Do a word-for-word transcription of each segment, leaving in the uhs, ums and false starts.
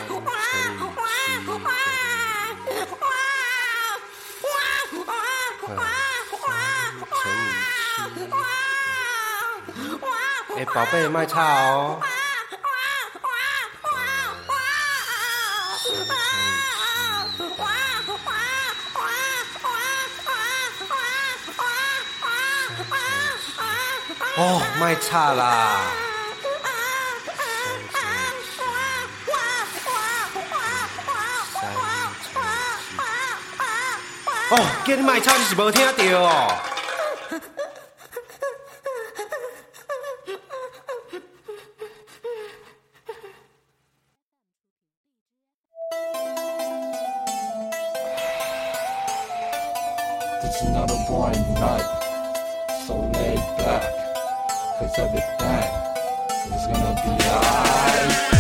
哎，宝贝，卖吵哦。哦，卖吵啦！哦，叫你卖吵，你是无听到哦。 It's not a boring night, so laid back, cause everything is gonna be alright.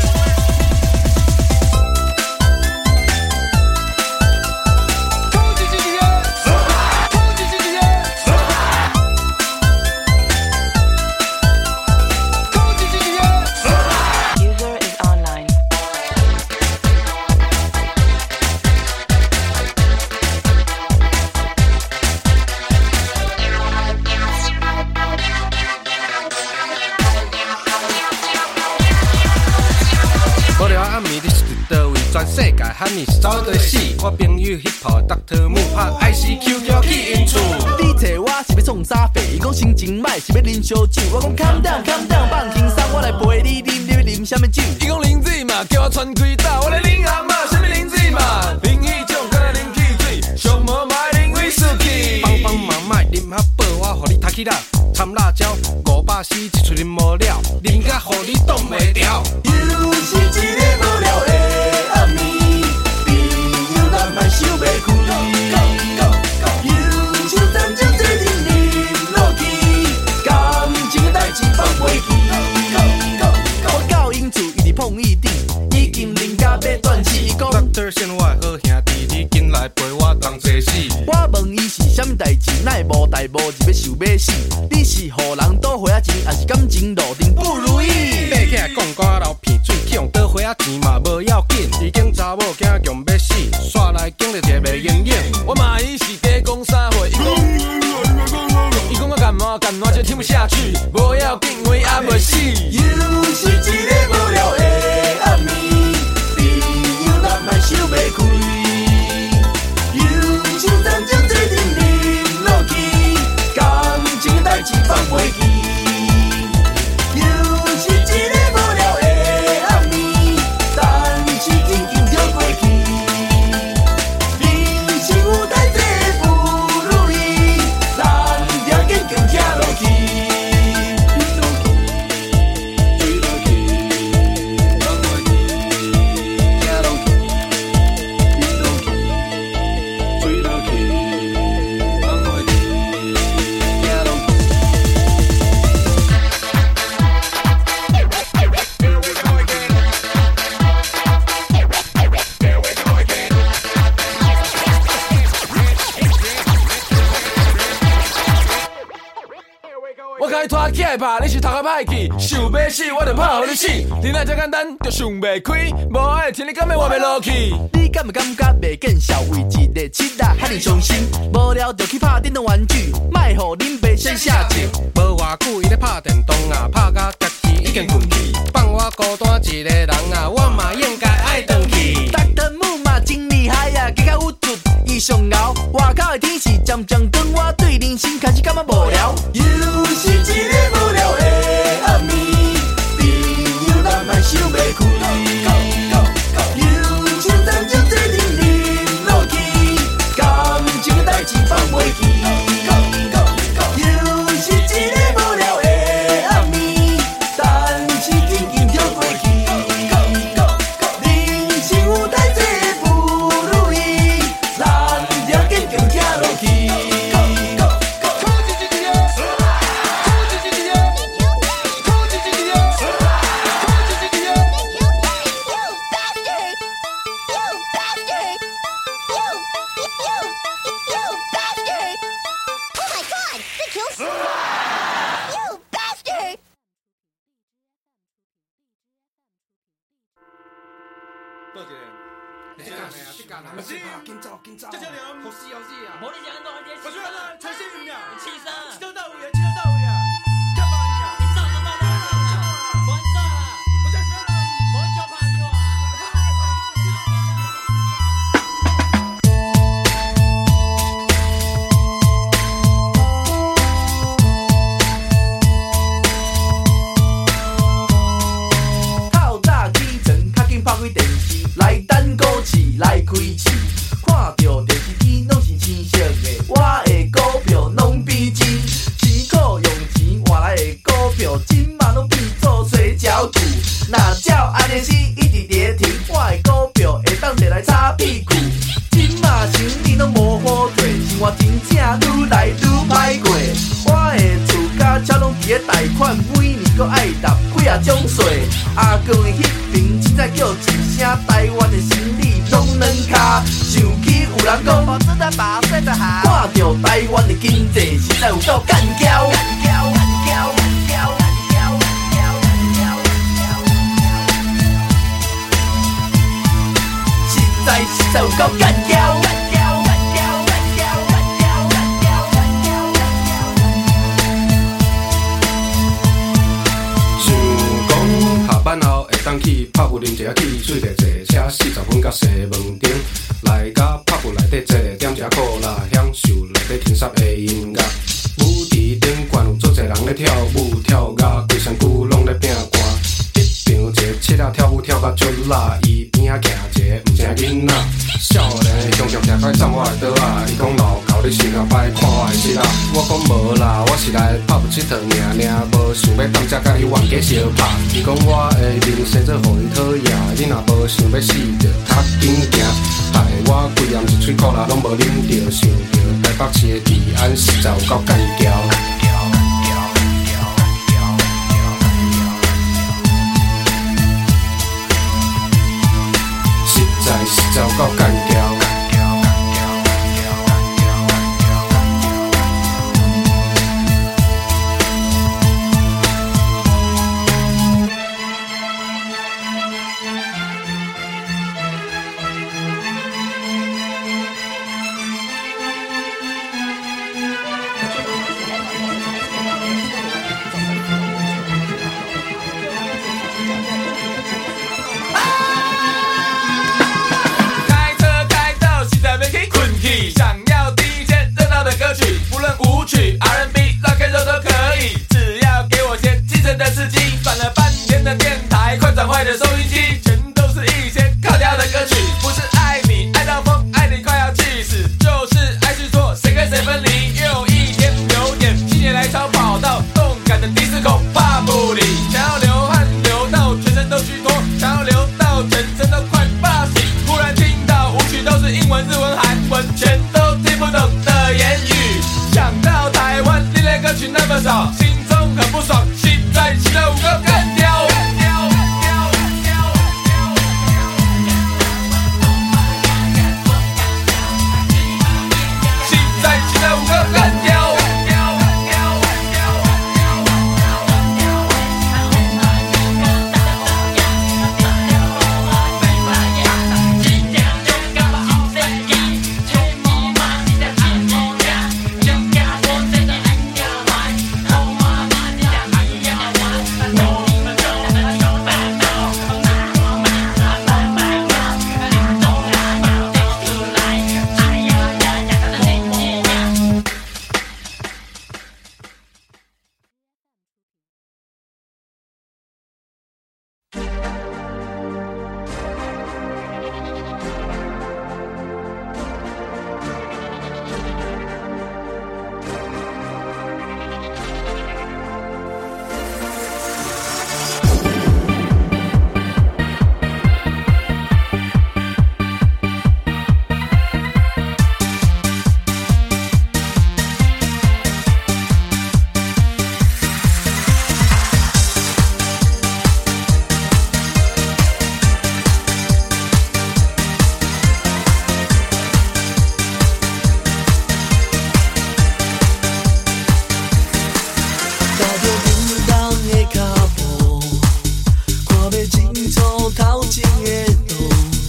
喊你走对死，我朋友翕泡 Doctor Mu 拍 I C Q 叫去因厝。 你找我是要创啥货？伊讲心情歹是要啉烧酒，我讲 calm down calm down 放轻松，我来陪你啉，你要啉啥物酒？ 伊讲啉水嘛，叫我喘开刀，我来啉阿妈，啥物啉水嘛？啉迄种敢若啉汽水，上无嘛啉威士忌。 帮帮忙卖啉较饱，我互你踢起啦，掺辣椒五百四一喙啉无了，啉甲互你挡袂牢。 又是一个无聊的暗暝。想要开，又像曾经做阵啉落去，感情的代志放袂记。我到因厝，伊伫碰椅顶，已经啉甲要断气。伊讲 Doctor 先我的好兄弟，你紧来陪我同齐死。 我问伊是啥物代志，哪会无代无志要想要死？你是互人倒花仔钱，还是感情路程不如意？ 爬起来讲歌流鼻水，去用倒花仔钱嘛无要紧，已经查某囝强要死，煞来经历一个袂阴影。 我嘛伊是在讲啥话？伊讲，伊讲我感冒感冒就听不下去，无要紧，我还袂死。 又是一个无聊的暗暝，朋友咱莫想要开，又像曾经做阵啉落去，感情的代志放袂记。又是一个无聊的暗暝，但是紧紧就过去。人生有太多不如意，咱着坚强行落去。 拖起来吧，你是头壳歹去，想要死我就拍予你死。天来真简单，就想袂开，无爱听你讲的我袂落去。 你敢会感觉袂见效？为一个七仔遐尼伤心，无聊就去拍电动玩具，莫互恁爸先下井。 无偌久伊咧拍电动啊，拍到家己已经困去，放我孤单一个人啊，我嘛应该爱回去。 Doctor Mu 嘛真厉害啊，加到有准伊上熬。外口的天气渐渐光，我对人生开始感觉无聊。又是一个无聊的暗暝，朋友咱莫想要开，又像曾经做阵啉落去，感情的代志放袂记。又是一个无聊的暗暝，但是紧紧就过去。人生有太多不如意，咱着坚强行落去。 报一个。 你干的啊？你干的？ 是紧走紧走！ 这少年， 好死好死啊！ 无你讲弄一点， 我说了，陈信宇啊， 气啥？ 气到到位啊，气到到位啊！干嘛呀？ 你走了嘛？不走了， 不是说了， 无就怕你啊！ 透早起床，较紧拍开电视，来等股市来开市。看着电视机拢是青色的，我的股票拢变钱，辛苦用钱换来的股票，今嘛拢变做水饺股。若照安尼死一直跌停，我的股票会当摕来擦屁股。今嘛生意拢无好做，生活真正愈来愈歹过。我的厝甲车拢伫咧贷款，每年搁爱纳几啊种税。阿公的迄边凊彩叫一声，台湾的生理拢软骹。想起有人讲，我真的把睡得好。看着台湾的经济，实在有够干骄。实在实在有够干骄。 下班后会当去泡芙啉一下汽水，坐坐车四十分到西门町，来甲泡芙内底坐咧，点一下可乐，享受内底轻松的音乐。舞池顶悬有足侪人咧跳舞，跳甲规身躯拢咧拼汗。一场一个七仔跳舞跳甲足辣，伊边仔行一个毋正囡仔，少年的常常徛在站我的桌啊，伊讲路口你想要摆看我的色啊，我讲无啦，我是来泡芙佚佗尔尔，无想要当遮甲伊冤家相拍。伊讲我的面生做互伊讨厌，你若无想要死着，较紧行，害我规暗一喙苦啦拢无啉着，想着台北市的治安实在有够干骄。实在有够干骄。 头前的路，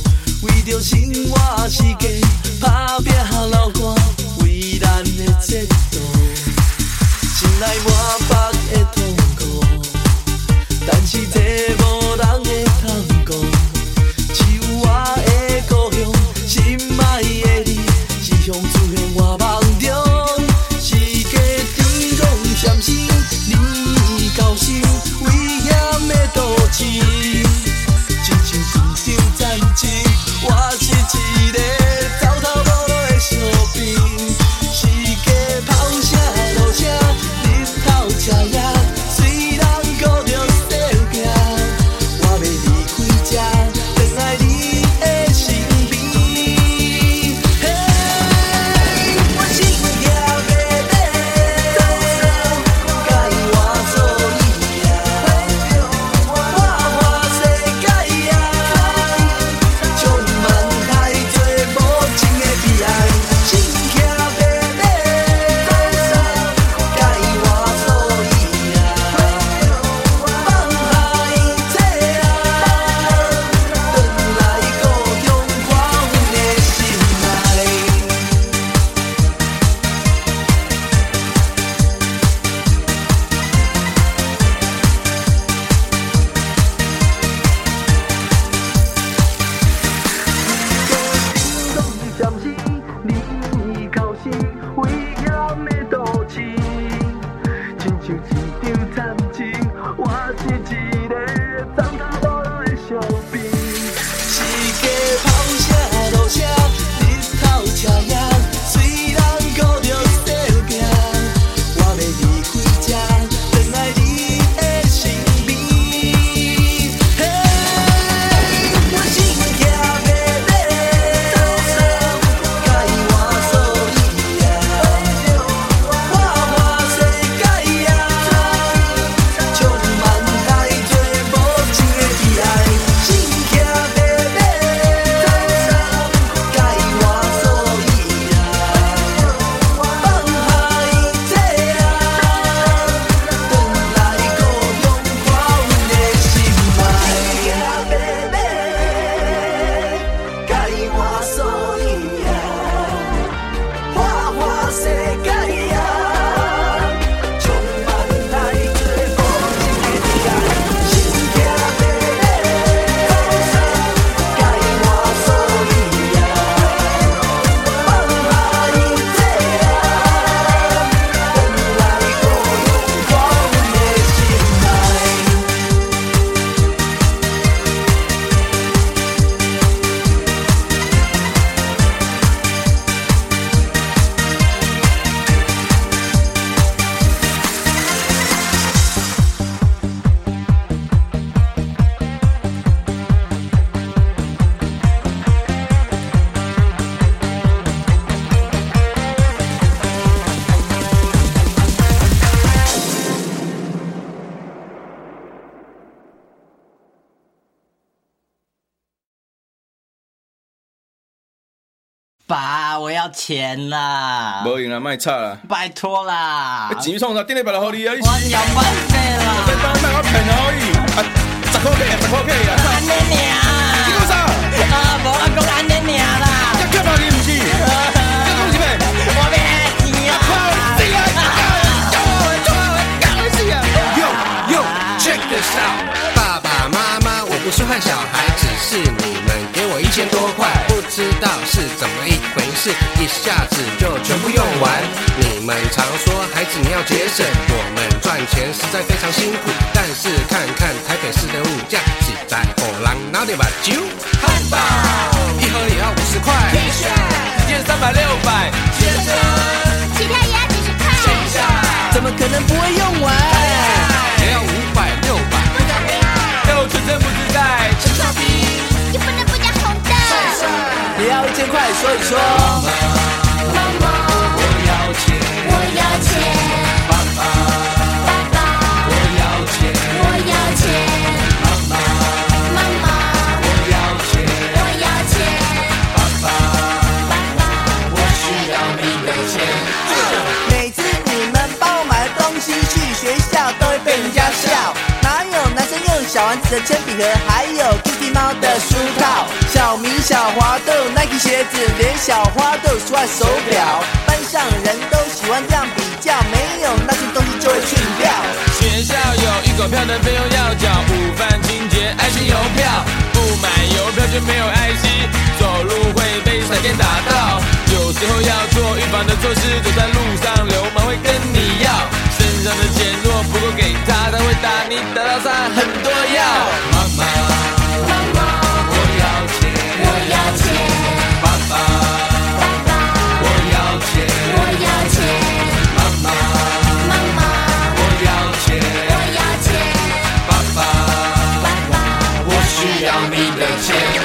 着生活世界，打拼流汗，为咱的前途，心内满腹的痛苦，但是这无人会通讲，只有我的故乡，心爱的你，时常出现我梦中，世界天公闪烁，你高兴危险的都市。亲像一场战争，我是一个走投无路的小兵。世界抛下落车，日头赤夜，虽然顾着小行，我要离开这，回来你的身边。嘿，我心惊白白，甲伊换做伊啊，花花世界啊。充满太多无情的悲哀，心惊白白，甲伊换做伊啊，放下一切啊，回来故乡看阮的心内。暂时你靠是危险的都市，亲像一场战争，我是一个走投无路的小兵。世界抛下落车，日头赤夜，虽然顾着小行，我要离开这，回来你的身边。嘿，我心惊白白。甲伊换做伊啊，花花世界啊，充满太多无情的悲哀，心惊白白，甲伊换做伊啊，放下一切啊，回来故乡看阮的心内。白白，甲伊换做伊啊。花花世界啊，充满太多无情的悲哀，心惊白白，甲伊换做伊啊，放下一切啊，回来故乡看阮的心内。 爸，我要钱啦！ 无用啦，卖吵啦！ 拜托啦！ 钱创啥？顶礼拜就互你啊！你我要慢费啦！ 再当卖我骗而已，啊，十块起啊，十块起啊！ 安尼尔。 你讲啥？ 啊，无我讲安尼尔啦。 要欠包你唔是？你讲是咩？ 我要钱啊！ 死啊！搞死啊！ Yo yo check this out， 爸爸妈妈，我不是坏小孩，只是你们给我一千多块，不知道是怎么一回事，一下子就全部用完。你们常说孩子你要节省，我们赚钱实在非常辛苦，但是看看台北市的物价，实在火狼哪里把酒汉堡一盒也要五十块， 一件三百六百， 起跳也要几十块， 怎么可能不会用完？ 也要五百六百， 又纯真不自在， 吃烧饼又不能不加红豆， 也要一千块，所以说。 妈妈，我要钱，我要钱，爸爸，爸爸，我要钱，我要钱，妈妈，妈妈，我要钱，我要钱，爸爸，爸爸，我需要你的钱。 每次你们帮我买的东西去学校都会被人家笑，哪有男生用小丸子的铅笔盒，还有 Kitty 猫的书套。小明、小华都有 Nike 鞋子，连小花都有 Swatch 手表。班上人都喜欢这样比较，没有那些东西就会去掉。 学校有一狗票的费用要缴，午饭清洁爱心邮票，不买邮票就没有爱心，走路会被闪电打到。有时候要做预防的措施，走在路上流氓会跟你要，身上的钱若不够给他，他会打你打到他很多药。妈妈， 妈妈， 我要钱， 我要钱， 爸爸， 爸爸， 我要钱， 我要钱， 妈妈， 妈妈， 我要钱， 我要钱， 爸爸， 爸爸， 我需要你的钱。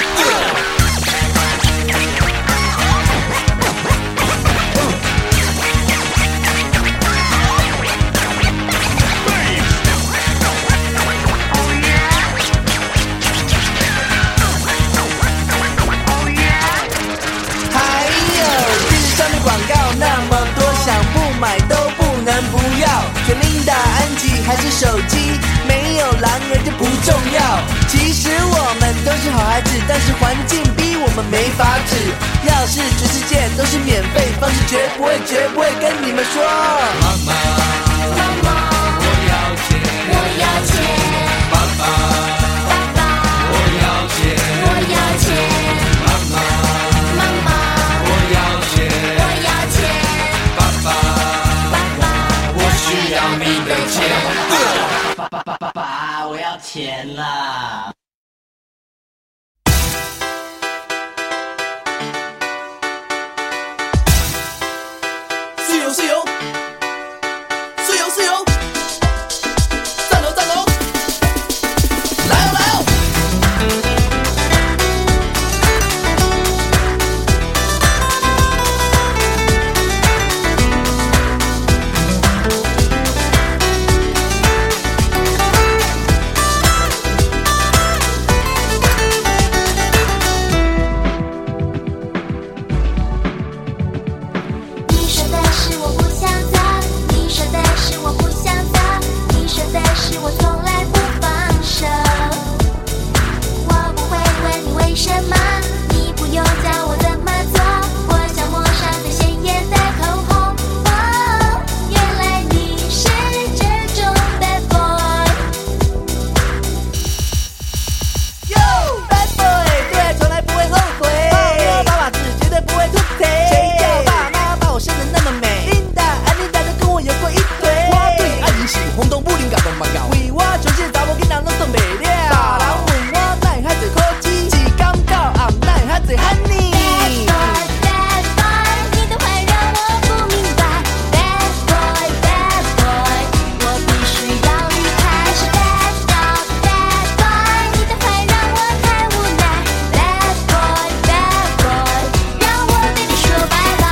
广告那么多，想不买都不能不要。选Linda、安吉还是手机，没有狼人就不重要。其实我们都是好孩子，但是环境逼我们没法子。要是全世界都是免费，方式绝不会绝不会跟你们说。 妈妈， 妈妈， 我要钱， 我要钱， 爸爸， 爸爸， 我要钱， 我要钱， 妈妈， 妈妈， 我要钱， 我要钱， 爸爸， 爸爸， 我需要你的钱。 爸爸爸爸爸，我要钱啦！ 是有是有，是有是有，赞哦赞哦，来哦来哦！ 你说的是我不想走，你说的是我不想走，你说的是我从来不放手。我不会问你为什么，你不用教我怎么做。我想抹上最鲜艳的口红。哦，原来你是这种 bad boy。 哟 ，bad boy， 对，从来不会后悔。泡妞爸爸子绝对不会吐腿。谁叫爸妈把我生得那么美？Linda、安妮达都跟我有过一腿。我对爱情是轰动不灵甲动目狗，为我全世查某囡仔拢挡袂了。大人问我哪会遐侪苦钱，是感觉暗哪会遐侪喊你。 Bad boy, bad boy， 你的坏让我不明白。Bad boy, bad boy， 我必须要离开。是 bad dog, bad boy， 你的坏让我太无奈。Bad boy, bad boy， 让我对你说拜拜。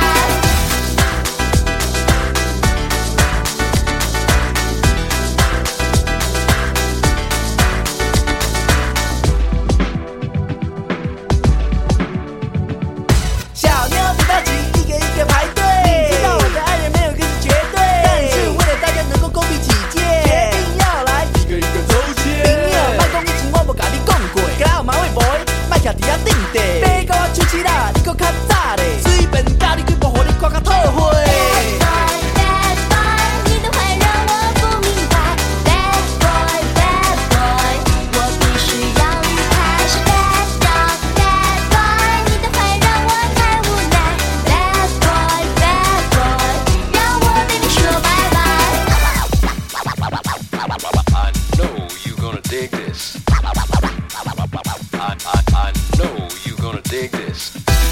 小妞别着急，一个一个排队。你知道我的爱人没有一个是绝对，但是为了大家能够公平起见，决定要来一个一个抽签。朋友，莫讲以前我无甲你讲过，敢有马尾婆的，莫徛伫遐顶地。别甲我出气啦，你搁较早咧，随便教你几步，互你看较透火。 Bad boy, bad boy， 你的坏让我不明白。Bad boy, bad boy， 我必须要离开。是 bad dog, bad boy， 你的坏让我太无奈。Bad boy, bad boy， 让我对你说拜拜。 I know you gonna dig this. I, I, I know you gonna dig this.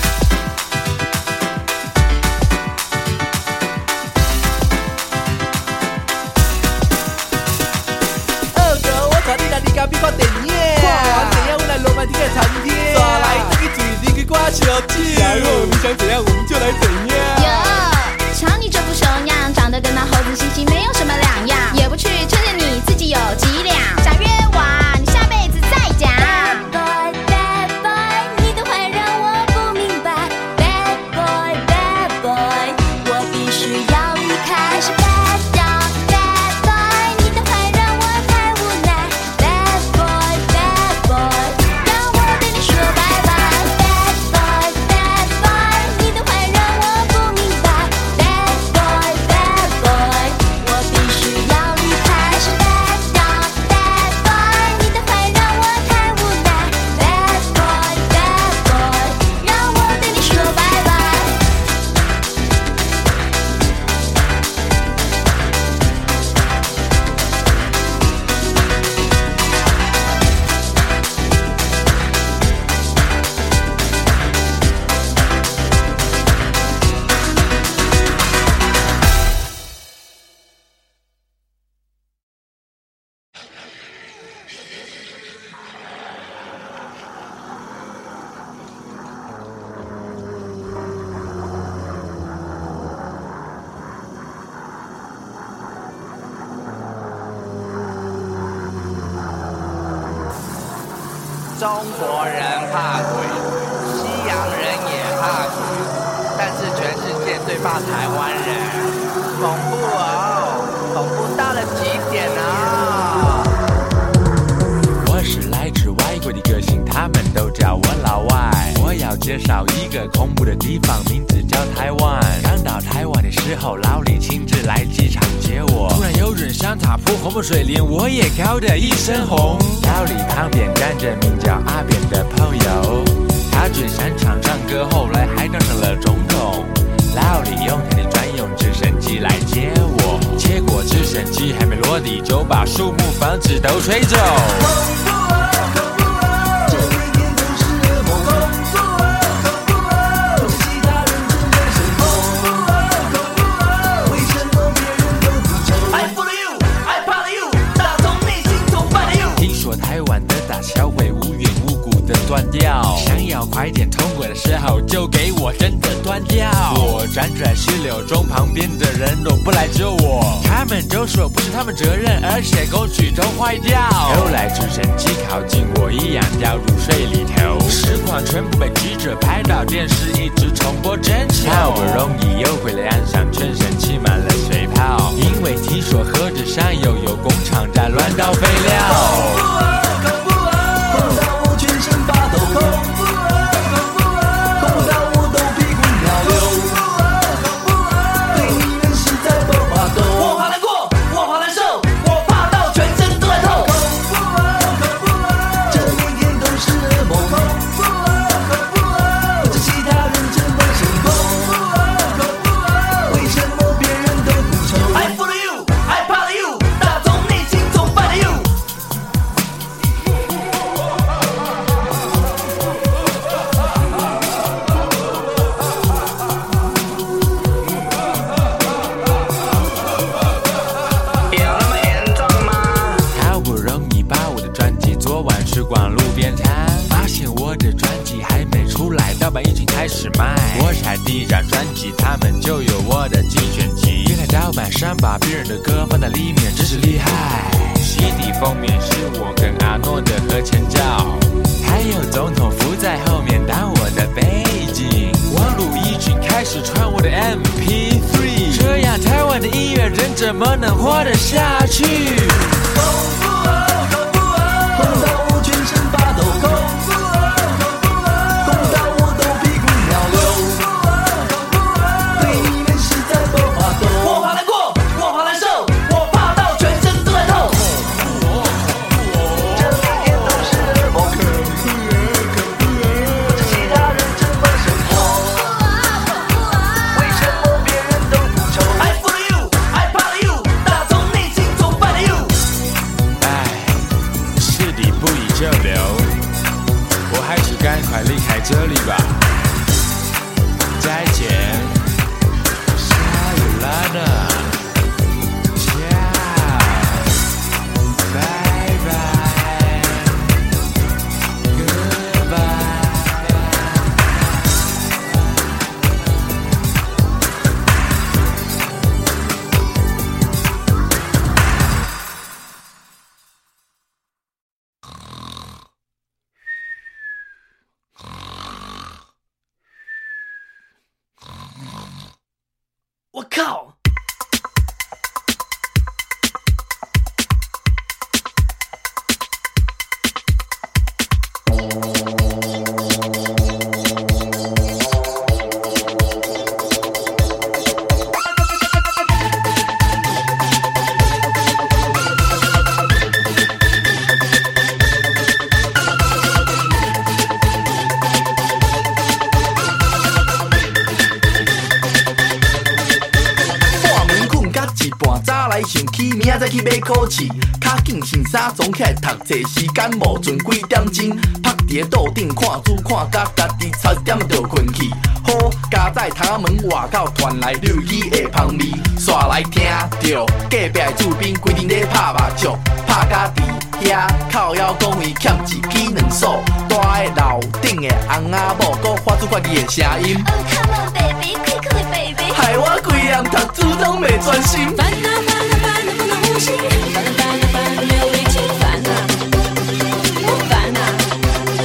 二哥，我带你来你家边看电影，看完电影我来罗曼蒂克的餐厅，再来这个嘴你去刮小姐。然后你想怎样，我们就来怎样。 哟，瞧你这副熊样，长得跟那猴子猩猩没有什么两样，也不去称赞你自己有几两。想约我啊，你下辈子再讲。Bad boy, bad 中国人怕鬼，西洋人也怕鬼，但是全世界最怕台湾人，恐怖哦，恐怖到了极点啊！ 我是来自外国的个性，他们都叫我老外。我要介绍一个恐怖的地方，名字叫台湾。刚到台湾的时候，老李亲自来机场接我。突然有人向他泼红水，连我也搞得一身红。老李旁边站着名叫阿扁的朋友，他最擅长唱歌，后来还当上了总统。老李用他的专用直升机来接我，结果直升机还没落地，就把树木房子都吹走。断掉，想要快点通过的时候，就给我真的断掉。我站在溪流中，旁边的人都不来救我，他们就说不是他们责任，而且工具都坏掉。后来直升机靠近我一样掉入水里头，实况全部被记者拍到，电视一直重播真巧。好不容易游回了岸上，全身起满了水泡，因为听说河子上又有工厂在乱倒废料。想把别人的歌放在里面，真是厉害。C D 封面是我跟阿诺的合成照，还有总统伏在后面当我的背景。网路已经开始传我的 M P 三， 这样台湾的音乐人怎么能活得下去？恐怖啊，恐怖啊，恐到我全身发抖，恐怖啊，恐怖啊，恐到我都屁股尿流，恐怖啊，恐怖啊，对你们实在不发抖。我好难过。这里吧，再见，下雨了呢，下，拜拜 ，goodbye。 我靠！想起明仔再去买考试，卡紧身衫装起来读册，时间无剩几点钟，趴伫个桌顶看书看甲家己差一点就困去。好，家在窗门外口传来流语的香味，煞来听着隔壁的厝边规阵咧拍麻将，拍甲伫遐靠腰讲伊欠一支两锁，住在楼顶的翁仔某，搁发出怪异的声音。Oh come on baby, quickly baby， 害我规人读书拢袂专心。烦恼烦恼烦恼不能呼吸，烦恼烦恼烦恼没有力气，烦恼我烦恼。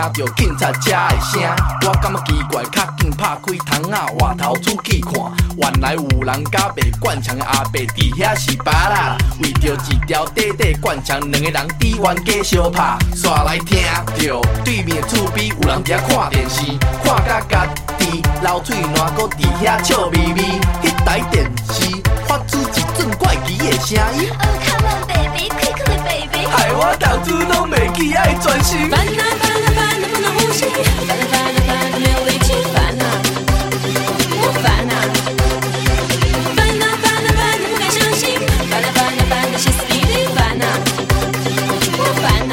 到警察车的声，我感觉奇怪，较紧拍开窗仔，外头出去看，原来有人甲卖灌肠的阿伯伫遐是巴啦，为着一条短短灌肠，两个人伫原家相拍，煞来听着对面厝边有人伫遐看电视，看甲家己流嘴烂，搁伫遐笑眯眯，迄台电视发出一阵怪奇的声音。 Oh come on baby, quickly baby， 害我到处拢袂记爱专心。 烦啊烦啊烦啊不能呼吸，烦啊烦啊烦啊没有力气，烦啊，我烦啊，烦啊烦啊烦啊不敢相信，烦啊烦啊烦啊歇斯底里，烦啊，我烦啊。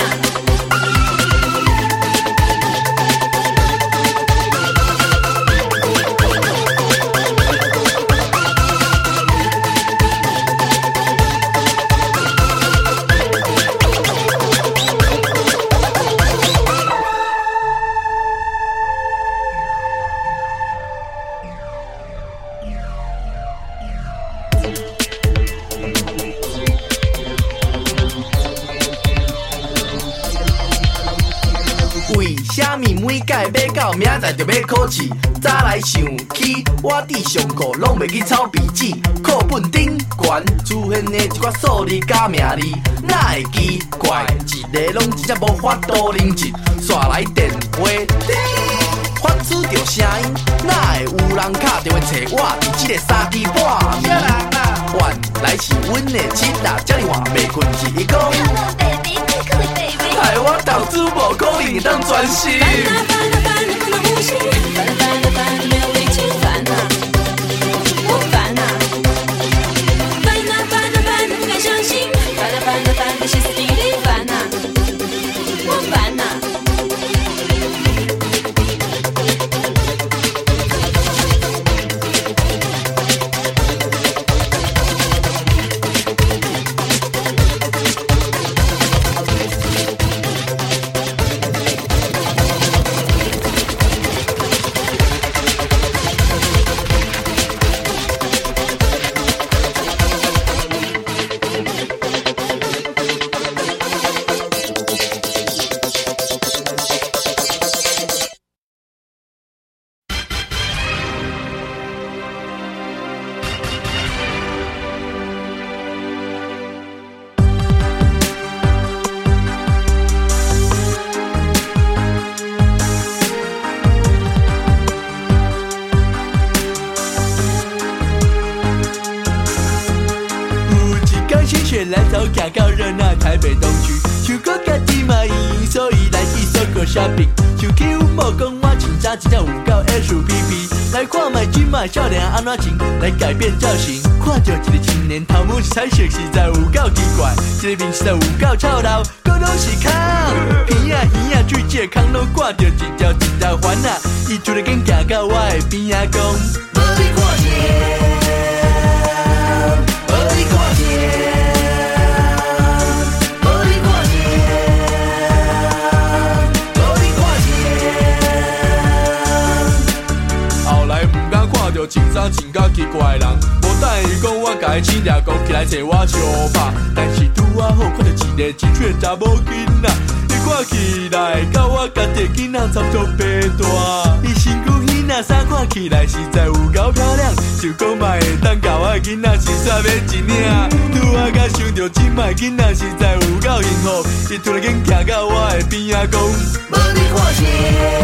为虾米每届要到明仔就要考试？早来想起，我伫上课拢袂去抄笔记，课本顶悬出现的一寡数字甲名字，哪会奇怪？一个拢真正无法度认真，煞来电话，发出着声音，哪会有人敲电话找我？伫这个三更半暝，原来是阮的七仔，遮尔晚袂困去，伊讲。 Come on baby, quickly baby， 害我投资无可能会当专心。 烦啊烦啊烦啊不能呼吸，烦啊烦啊烦啊没有力气，烦啊，我烦啊，烦啊烦啊烦啊不敢相信，烦啊烦啊烦啊歇斯底里，烦啊，我烦啊。 来头行到热闹台北东区，想讲家己嘛闲，所以来去搜狗 shopping。想起阮某讲我穿衫真正有够 S P P， 来看卖金马少年安怎穿，来改变造型。看到一个青年头毛是彩色，实在有够奇怪。一个面实在有够臭老，个拢是空。耳啊耳啊，嘴这空拢挂着一条一条环啊，伊突然间行到我的边仔讲，无你看见，无你看见。着穿衫穿到奇怪的人，无等伊讲我甲伊起掠讲起来找我相拍，但是拄啊好看到一个真脆的查某囡仔，伊看起来甲我家己囡仔差不多白大，伊身躯迄领衫看起来实在有够漂亮，就讲嘛会当甲我囡仔身煞要一领，拄啊甲想着即摆囡仔实在有够幸福，伊突然间行到我的边仔讲，无你看见，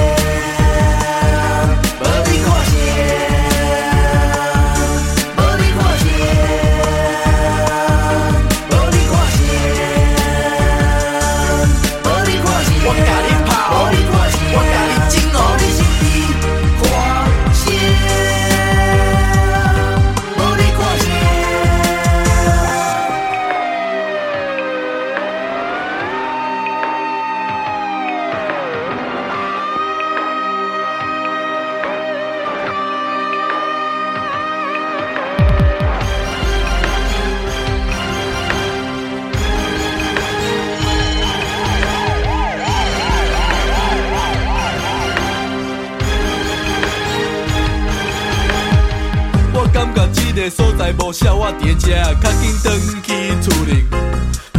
无你看见。我甲你跑，我甲你惊哦，你是你看谁？无你看谁？感觉这个所在无少，我伫遮较紧转去厝里。